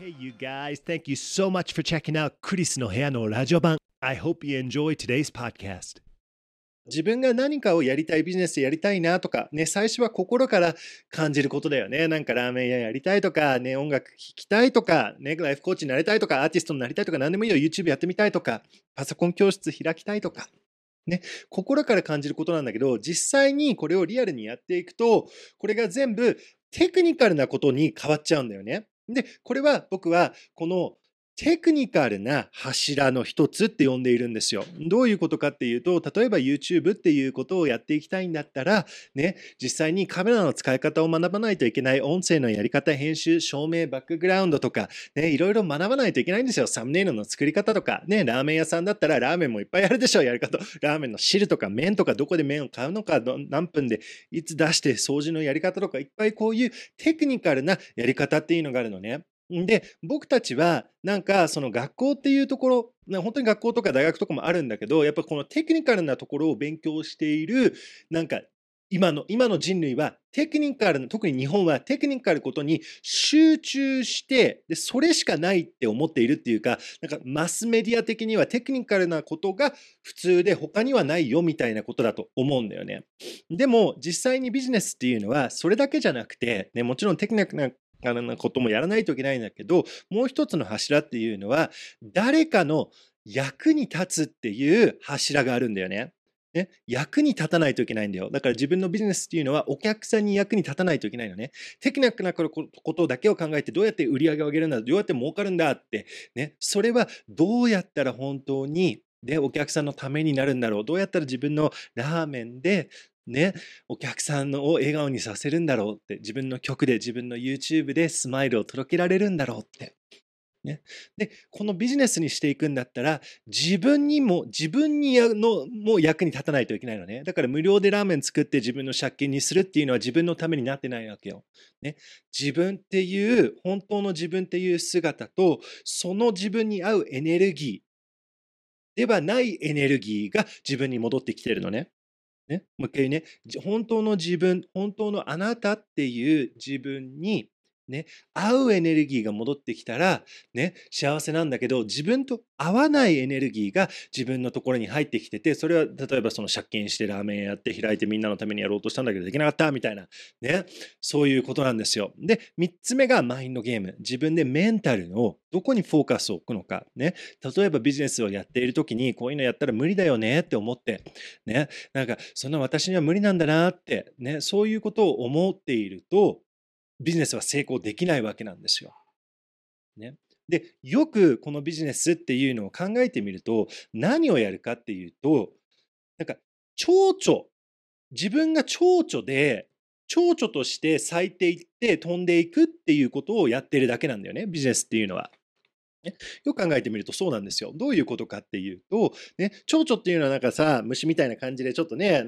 Hey, you guys, thank you so much for checking out クリスの部屋のラジオ版. I hope you enjoy today's podcast. 自分が何かをやりたい、ビジネスやりたいなとか、ね、最初は心から感じることだよね。なんかラーメン屋やりたいとか、ね、音楽聴きたいとか、ね、ライフコーチになりたいとか、アーティストになりたいとか、何でもいいよ、YouTube やってみたいとか、パソコン教室開きたいとか。ね、心から感じることなんだけど、実際にこれをリアルにやっていくと、これが全部テクニカルなことに変わっちゃうんだよね。で、これは僕はこのテクニカルな柱の一つって呼んでいるんですよ。どういうことかっていうと、例えば YouTube っていうことをやっていきたいんだったら、ね、実際にカメラの使い方を学ばないといけない、音声のやり方、編集、照明、バックグラウンドとか、ね、いろいろ学ばないといけないんですよ。サムネイルの作り方とか、ね、ラーメン屋さんだったらラーメンもいっぱいあるでしょ、やり方。ラーメンの汁とか麺とか、どこで麺を買うのか、何分でいつ出して掃除のやり方とか、いっぱいこういうテクニカルなやり方っていうのがあるのね。で、僕たちはなんかその学校っていうところ、本当に学校とか大学とかもあるんだけど、やっぱこのテクニカルなところを勉強している、なんか今の人類はテクニカルな、特に日本はテクニカルことに集中して、で、それしかないって思っているっていうか、なんかマスメディア的にはテクニカルなことが普通で他にはないよみたいなことだと思うんだよね。でも実際にビジネスっていうのはそれだけじゃなくて、ね、もちろんテクニカルなこともやらないといけないんだけど、もう一つの柱っていうのは、誰かの役に立つっていう柱があるんだよね。ね、役に立たないといけないんだよ。だから自分のビジネスっていうのはお客さんに役に立たないといけないのね。テクニカルなことだけを考えてどうやって売り上げを上げるんだ、どうやって儲かるんだって、ね、それはどうやったら本当にでお客さんのためになるんだろう。どうやったら自分のラーメンでね、お客さんを笑顔にさせるんだろうって、自分の曲で、自分の YouTube でスマイルを届けられるんだろうって。ね、で、このビジネスにしていくんだったら、自分にも役に立たないといけないのね。だから無料でラーメン作って自分の借金にするっていうのは自分のためになってないわけよ。ね、自分っていう、本当の自分っていう姿と、その自分に合うエネルギーではないエネルギーが自分に戻ってきてるのね。ね、もう一回ね、本当の自分、本当のあなたっていう自分に、ね、合うエネルギーが戻ってきたら、ね、幸せなんだけど、自分と合わないエネルギーが自分のところに入ってきてて、それは例えばその借金してラーメンやって開いてみんなのためにやろうとしたんだけどできなかったみたいな、ね、そういうことなんですよ。で、3つ目がマインドゲーム。自分でメンタルのどこにフォーカスを置くのか。ね、例えばビジネスをやっている時にこういうのやったら無理だよねって思って、ね、なんかそんな私には無理なんだなってね、そういうことを思っているとビジネスは成功できないわけなんですよ。ね。で、よくこのビジネスっていうのを考えてみると、何をやるかっていうと、なんか蝶々、自分が蝶々で、蝶々として咲いていって飛んでいくっていうことをやってるだけなんだよね、ビジネスっていうのは。ね、よく考えてみるとそうなんですよ。どういうことかっていうと、ね、蝶々っていうのはなんかさ、虫みたいな感じでちょっとね、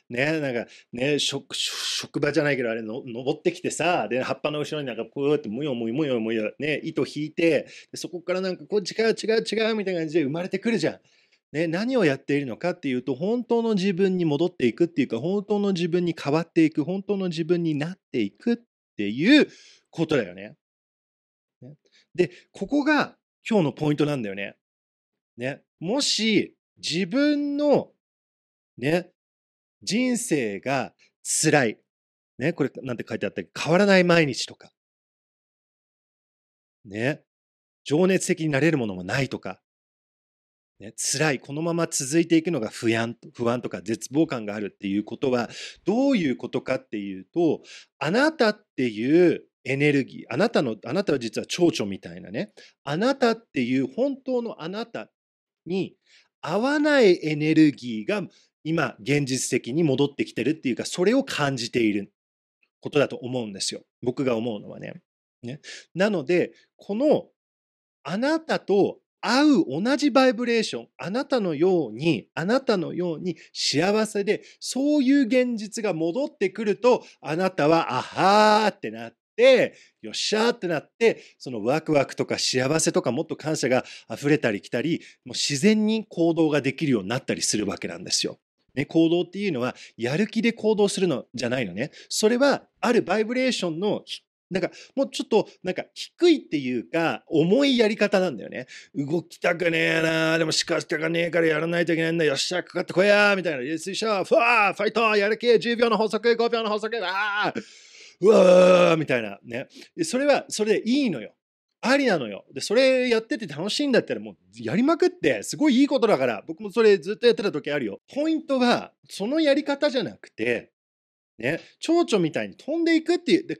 職場じゃないけどあれの登ってきてさ、で、葉っぱの後ろになんかこうやってむよむよむよむよね、糸引いて、でそこからなんかこう違う違う違うみたいな感じで生まれてくるじゃん。ね、何をやっているのかっていうと、本当の自分に戻っていくっていうか、本当の自分に変わっていく、本当の自分になっていくっていうことだよね。ね。で、ここが今日のポイントなんだよね。ね。もし自分のね、人生が辛い。ね、これなんて書いてあったっけ、変わらない毎日とか。ね。情熱的になれるものもないとか。ね、辛い。このまま続いていくのが不安とか絶望感があるっていうことは、どういうことかっていうと、あなたっていうエネルギー、あなたは実は蝶々みたいなね、あなたっていう本当のあなたに合わないエネルギーが今現実的に戻ってきてるっていうか、それを感じていることだと思うんですよ。僕が思うのはね。ね。なので、このあなたと合う同じバイブレーション、あなたのように幸せで、そういう現実が戻ってくると、あなたは、あはーってなって、よっしゃーってなって、そのワクワクとか幸せとかもっと感謝が溢れたり来たり、もう自然に行動ができるようになったりするわけなんですよ。ね、行動っていうのは、やる気で行動するのじゃないのね。それは、あるバイブレーションのなんか、もうちょっと、なんか、低いっていうか、重いやり方なんだよね。動きたくねえな、でも仕方がねえからやらないといけないんだ。よっしゃ、かかってこいやみたいな。よっしゃ、ファイトやる気 !10 秒の法則、5秒の法則、うわーみたいなね。でそれは、それでいいのよ。ありなのよ。で、それやってて楽しいんだったらもうやりまくって、すごいいいことだから、僕もそれずっとやってた時あるよ。ポイントは、そのやり方じゃなくて、ね、蝶々みたいに飛んでいくっていう、で、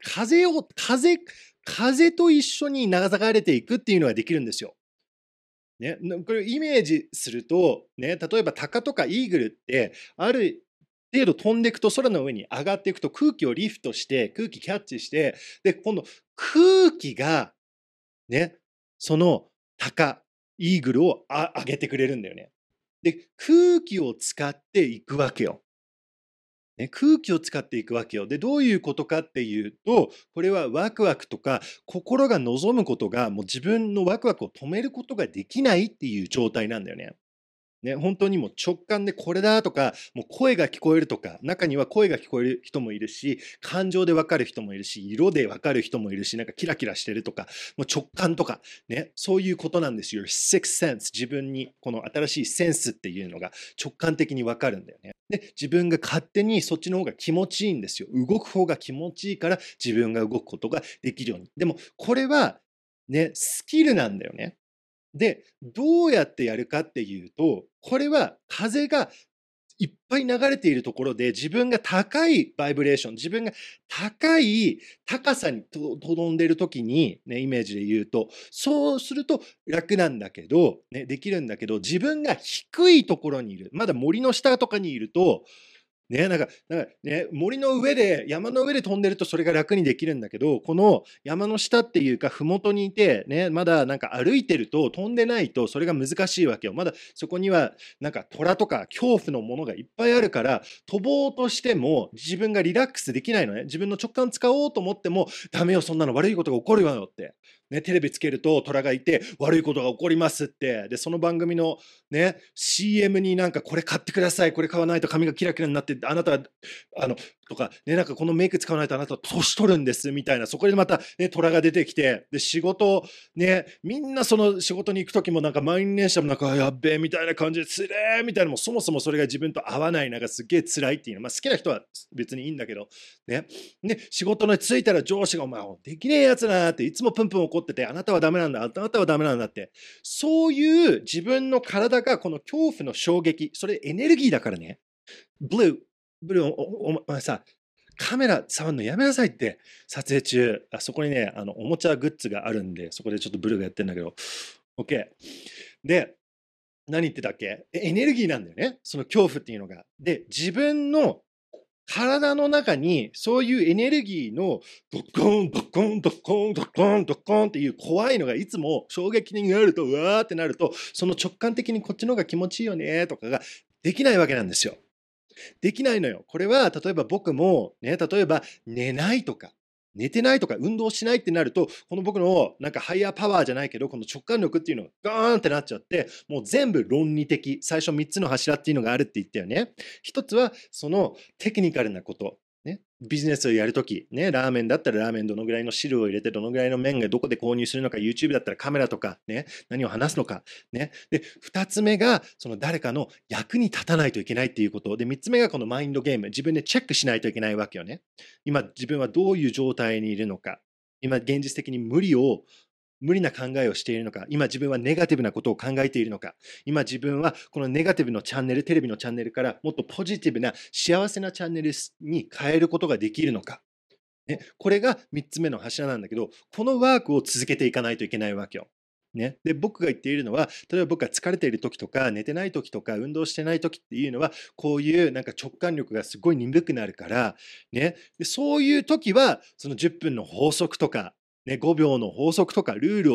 風と一緒に流れていくっていうのができるんですよ。ね、これイメージすると、ね、例えばタカとかイーグルって、ある程度飛んでいくと空の上に上がっていくと空気をリフトして、空気キャッチして、で、今度空気が、ね、そのタカ、イーグルを上げてくれるんだよね。で、空気を使っていくわけよ。ね、空気を使っていくわけよ。で、どういうことかっていうと、これはワクワクとか、心が望むことが、もう自分のワクワクを止めることができないっていう状態なんだよね。ね、本当にもう直感でこれだとか、もう声が聞こえるとか、中には声が聞こえる人もいるし、感情でわかる人もいるし、色でわかる人もいるし、なんかキラキラしてるとか、もう直感とか、ね、そういうことなんですよ。sixth sense、自分にこの新しいセンスっていうのが直感的にわかるんだよね。で、自分が勝手にそっちの方が気持ちいいんですよ。動く方が気持ちいいから自分が動くことができるように。でも、これはね、スキルなんだよね。で、どうやってやるかっていうと、これは風がいっぱい流れているところで、自分が高いバイブレーション、自分が高さに飛んでいる時に、ね、イメージで言うと、そうすると楽なんだけど、ね、できるんだけど、自分が低いところにいる、まだ森の下とかにいると、ね、なんかね、森の上で、山の上で飛んでるとそれが楽にできるんだけど、この山の下っていうか、ふもとにいて、ね、まだなんか歩いてると、飛んでないとそれが難しいわけよ。まだそこにはなんか虎とか恐怖のものがいっぱいあるから、飛ぼうとしても自分がリラックスできないのね。自分の直感使おうと思っても、ダメよ、そんなの悪いことが起こるわよって。ね、テレビつけると虎がいて、悪いことが起こりますって。で、その番組のね、CM になんかこれ買ってください、これ買わないと髪がキラキラになって、あなたは、とか、ね、なんかこのメイク使わないとあなたは年取るんです、みたいな、そこでまたね、虎が出てきて、で、仕事、ね、みんなその仕事に行くときもなんか満員電車もなんか、やっべえ、みたいな感じで、つれーみたいな、もうそもそもそれが自分と合わない、なんかすげえ辛いっていうの。まあ好きな人は別にいいんだけど、ね。で、仕事に着いたら上司が、お前、できねえやつだなって、いつもプンプン怒ってて、あなたはダメなんだ、あなたはダメなんだって。そういう自分の体がこの恐怖の衝撃、それエネルギーだからね。ブルー、お前さ、カメラ触るのやめなさいって、撮影中。そこにね、おもちゃグッズがあるんで、そこでちょっとブルーがやってんだけど、OK。で、何言ってたっけ？エネルギーなんだよね。その恐怖っていうのが。で、自分の体の中にそういうエネルギーのドッコン、ドッコン、ドッコン、ドッコン、ドッコンっていう怖いのがいつも衝撃的になると、うわーってなると、その直感的にこっちの方が気持ちいいよねとかができないわけなんですよ。できないのよ。これは例えば僕もね、例えば寝ないとか、寝てないとか運動しないってなると、この僕のなんかハイヤーパワーじゃないけど、この直感力っていうのがガーンってなっちゃって、もう全部論理的。最初3つの柱っていうのがあるって言ったよね。一つはそのテクニカルなこと。ね、ビジネスをやるとき、ね、ラーメンだったらラーメンどのぐらいの汁を入れて、どのぐらいの麺がどこで購入するのか、YouTube だったらカメラとか、ね、何を話すのか、ね。で、二つ目が、その誰かの役に立たないといけないっていうこと。で、三つ目がこのマインドゲーム。自分でチェックしないといけないわけよね。今、自分はどういう状態にいるのか。今、現実的に無理な考えをしているのか、今自分はネガティブなことを考えているのか、今自分はこのネガティブのチャンネル、テレビのチャンネルからもっとポジティブな幸せなチャンネルに変えることができるのか。ね、これが3つ目の柱なんだけど、このワークを続けていかないといけないわけよ。ね、で僕が言っているのは、例えば僕が疲れている時とか寝てない時とか運動してない時っていうのは、こういうなんか直感力がすごい鈍くなるから、ね、でそういう時はその10分の法則とか、ね、5秒の法則とか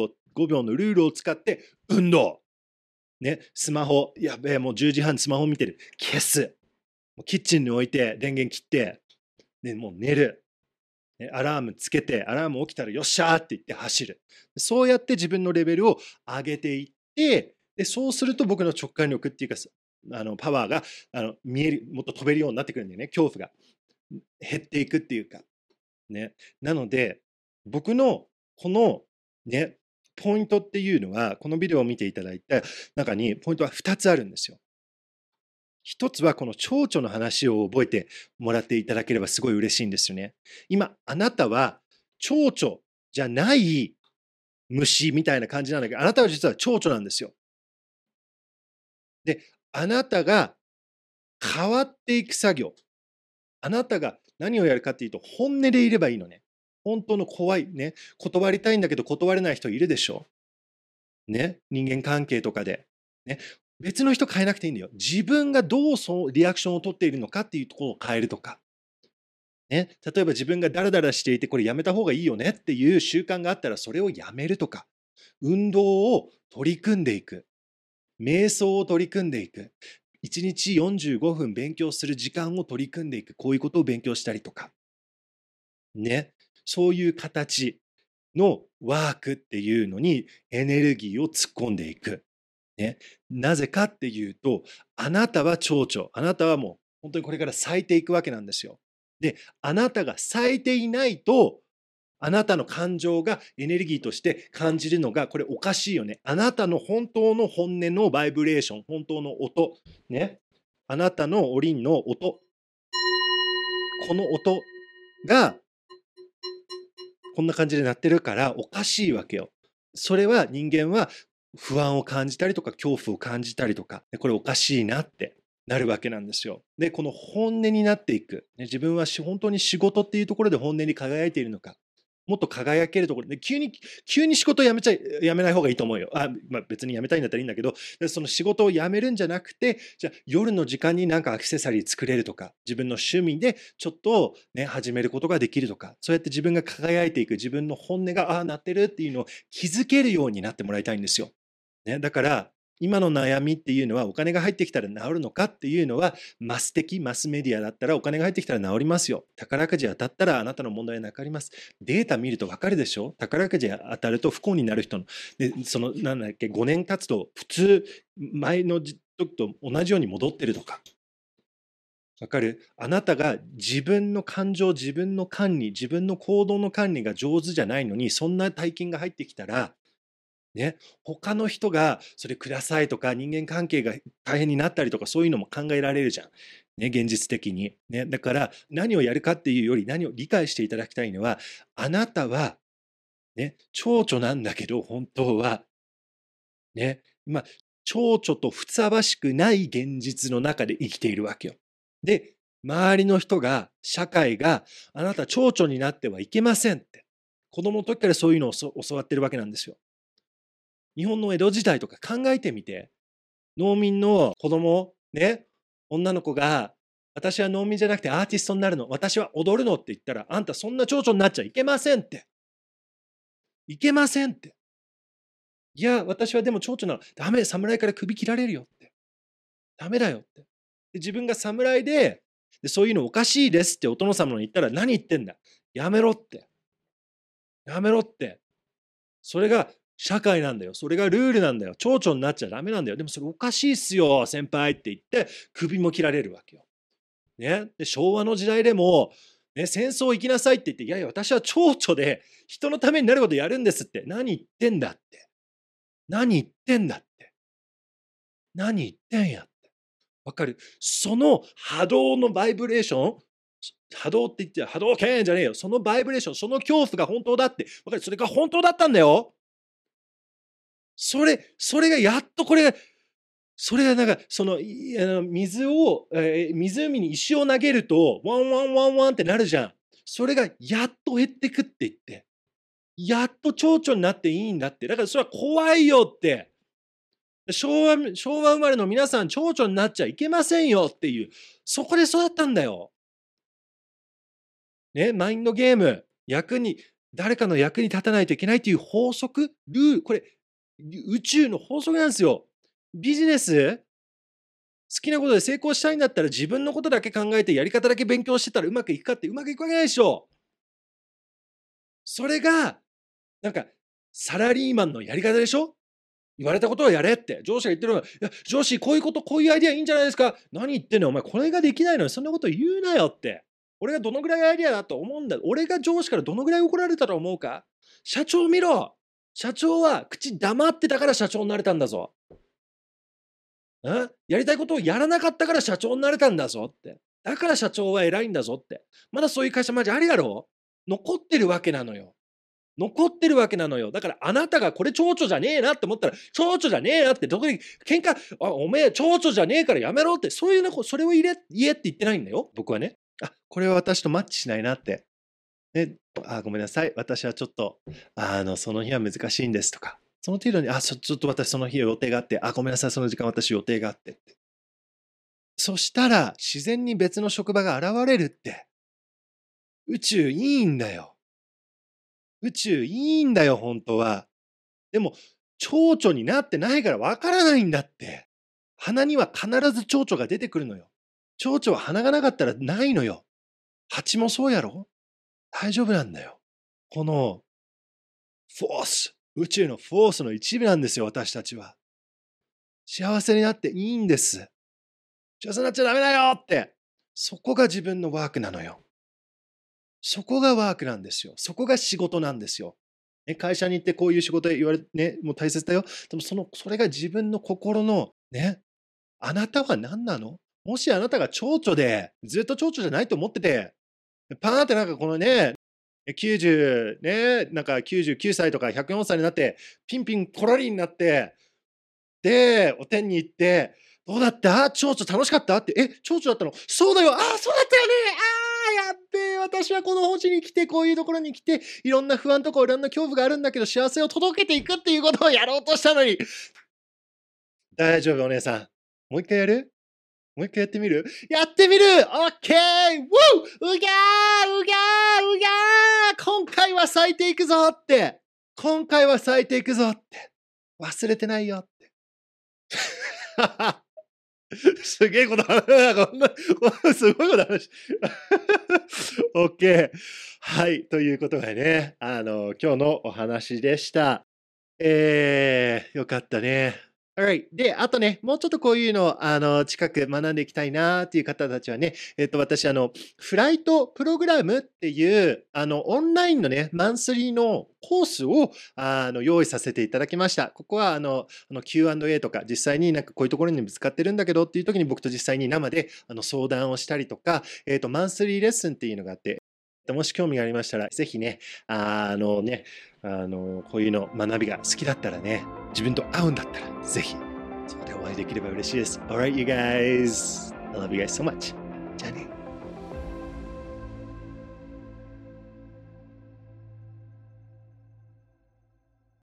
5秒のルールを使って運動、ね、スマホやべえもう10時半にスマホ見てる、消す、キッチンに置いて電源切って、ね、もう寝る、アラームつけて、アラーム起きたらよっしゃーって言って走る。そうやって自分のレベルを上げていって、で、そうすると僕の直感力っていうか、パワーが、見える、もっと飛べるようになってくるんだよね。恐怖が減っていくっていうか。ね。なので、 僕のこのね、ポイントっていうのは、このビデオを見ていただいた中にポイントは2つあるんですよ。一つはこの蝶々の話を覚えてもらっていただければすごい嬉しいんですよね。今、あなたは蝶々じゃない虫みたいな感じなんだけど、あなたは実は蝶々なんですよ。で、あなたが変わっていく作業。あなたが何をやるかっていうと、本音でいればいいのね。本当の怖いね。断りたいんだけど断れない人いるでしょ。ね。人間関係とかで。ね。別の人変えなくていいんだよ。自分がどうそのリアクションを取っているのかっていうところを変えるとか。ね。例えば自分がダラダラしていて、これやめた方がいいよねっていう習慣があったら、それをやめるとか。運動を取り組んでいく。瞑想を取り組んでいく。1日45分勉強する時間を取り組んでいく。こういうことを勉強したりとか。ね。そういう形のワークっていうのにエネルギーを突っ込んでいく。ね。なぜかっていうと、あなたは蝶々。あなたはもう本当にこれから咲いていくわけなんですよ。で、あなたが咲いていないと、あなたの感情がエネルギーとして感じるのが、これおかしいよね。あなたの本当の本音のバイブレーション、本当の音、ね。あなたのおりんの音、この音がこんな感じで鳴ってるからおかしいわけよ。それは人間は不安を感じたりとか恐怖を感じたりとか、これおかしいなってなるわけなんですよ。で、この本音になっていく。自分は本当に仕事っていうところで本音に輝いているのか。もっと輝けるところで、急に仕事を辞めない方がいいと思うよ。別に辞めたいんだったらいいんだけど、その仕事を辞めるんじゃなくて、じゃあ夜の時間になんかアクセサリー作れるとか、自分の趣味でちょっとね、始めることができるとか、そうやって自分が輝いていく、自分の本音が、なってるっていうのを気づけるようになってもらいたいんですよ。ね、だから、今の悩みっていうのはお金が入ってきたら治るのかっていうのはマスメディアだったらお金が入ってきたら治りますよ。宝くじ当たったらあなたの問題はなくなります。データ見るとわかるでしょ。宝くじ当たると不幸になる人の、で、なんだっけ、5年経つと普通、前の時と同じように戻ってるとか。わかる？あなたが自分の感情、自分の管理、自分の行動の管理が上手じゃないのに、そんな大金が入ってきたら、ね、他の人がそれくださいとか人間関係が大変になったりとかそういうのも考えられるじゃん。ね、現実的に。ね、だから何をやるかっていうより何を理解していただきたいのは、あなたは、ね、蝶々なんだけど本当は、ね、今、蝶々とふさわしくない現実の中で生きているわけよ。で、周りの人が、社会が、あなた蝶々になってはいけませんって。子供の時からそういうのを教わってるわけなんですよ。日本の江戸時代とか考えてみて、農民の子供、ね、女の子が、私は農民じゃなくてアーティストになるの、私は踊るのって言ったら、あんたそんな蝶々になっちゃいけませんって。いけませんって。いや、私はでも蝶々なの。ダメ、侍から首切られるよって。ダメだよって。で自分が侍で、そういうのおかしいですってお殿様に言ったら、何言ってんだ。やめろって。やめろって。それが社会なんだよ。それがルールなんだよ。蝶々になっちゃダメなんだよ。でもそれおかしいっすよ、先輩って言って、首も切られるわけよ。ね。で、昭和の時代でも、ね、戦争行きなさいって言って、いやいや、私は蝶々で人のためになることやるんですって。何言ってんだって。何言ってんだって。何言ってんやって。わかる？その波動のバイブレーション、波動って言って波動拳じゃねえよ。そのバイブレーション、その恐怖が本当だって。わかる？それが本当だったんだよ。それがやっとそれがなんか、水を、湖に石を投げると、ワンワンワンワンってなるじゃん。それがやっと減ってくって言って、やっと蝶々になっていいんだって。だからそれは怖いよって。昭和生まれの皆さん、蝶々になっちゃいけませんよっていう、そこで育ったんだよ。ね、マインドゲーム、誰かの役に立たないといけないっていう法則、ルール、これ、宇宙の法則なんですよ。ビジネス、好きなことで成功したいんだったら自分のことだけ考えてやり方だけ勉強してたらうまくいくかってうまくいくわけないでしょ。それが、なんか、サラリーマンのやり方でしょ。言われたことをやれって。上司が言ってるのは、いや、上司、こういうこと、こういうアイディアいいんじゃないですか。何言ってんのお前、これができないのに、そんなこと言うなよって。 俺がどのぐらいアイデアだと思うんだ。俺が上司からどのぐらい怒られたと思うか。社長見ろ。社長は口黙ってたから社長になれたんだぞ。やりたいことをやらなかったから社長になれたんだぞって。だから社長は偉いんだぞって。まだそういう会社マジありやろ？残ってるわけなのよ。残ってるわけなのよ。だからあなたがこれ蝶々じゃねえなって思ったら、蝶々じゃねえなって、どこに喧嘩、おめえ蝶々じゃねえからやめろって、そういうの、それを言えって言ってないんだよ。僕はね。これは私とマッチしないなって。ね、ごめんなさい。私はちょっと、その日は難しいんですとか。その程度に、ちょっと私その日予定があって、ごめんなさい、その時間私予定があってって。そしたら、自然に別の職場が現れるって。宇宙いいんだよ。宇宙いいんだよ、本当は。でも、蝶々になってないからわからないんだって。鼻には必ず蝶々が出てくるのよ。蝶々は鼻がなかったらないのよ。蜂もそうやろ？大丈夫なんだよ。この、フォース。宇宙のフォースの一部なんですよ、私たちは。幸せになっていいんです。幸せになっちゃダメだよって。そこが自分のワークなのよ。そこがワークなんですよ。そこが仕事なんですよ。会社に行ってこういう仕事言われてね、もう大切だよ。でもそれが自分の心のね、あなたは何なの？もしあなたが蝶々で、ずっと蝶々じゃないと思ってて、パーンってなんかこのね、90ね、なんか99歳とか104歳になって、ピンピンコロリになって、で、お天に行って、どうだった？蝶々楽しかった？って、蝶々だったの？そうだよ！そうだったよね！やっべえ、私はこの星に来て、こういうところに来て、いろんな不安とかいろんな恐怖があるんだけど、幸せを届けていくっていうことをやろうとしたのに。大丈夫、お姉さん。もう一回やる？もう一回やってみる？やってみる！オッケー！ウォー！うぎゃー！うぎゃー！うぎゃー！今回は咲いていくぞって。今回は咲いていくぞって。忘れてないよって。すげえこと話した。こんな、すごいこと話した。OK。はい。ということでね、今日のお話でした。よかったね。Alright。で、あとね、もうちょっとこういうの、近く学んでいきたいなっていう方たちはね、私、フライトプログラムっていう、オンラインのね、マンスリーのコースを、用意させていただきました。ここは、Q&A とか、実際になんかこういうところにぶつかってるんだけどっていう時に僕と実際に生で、相談をしたりとか、マンスリーレッスンっていうのがあって、もし興味がありましたら、ぜひね、こういうの学びが好きだったらね、自分と合うんだったら、ぜひ、そこでお会いできれば嬉しいです。Alright, you guys. I love you guys so much. じゃあね。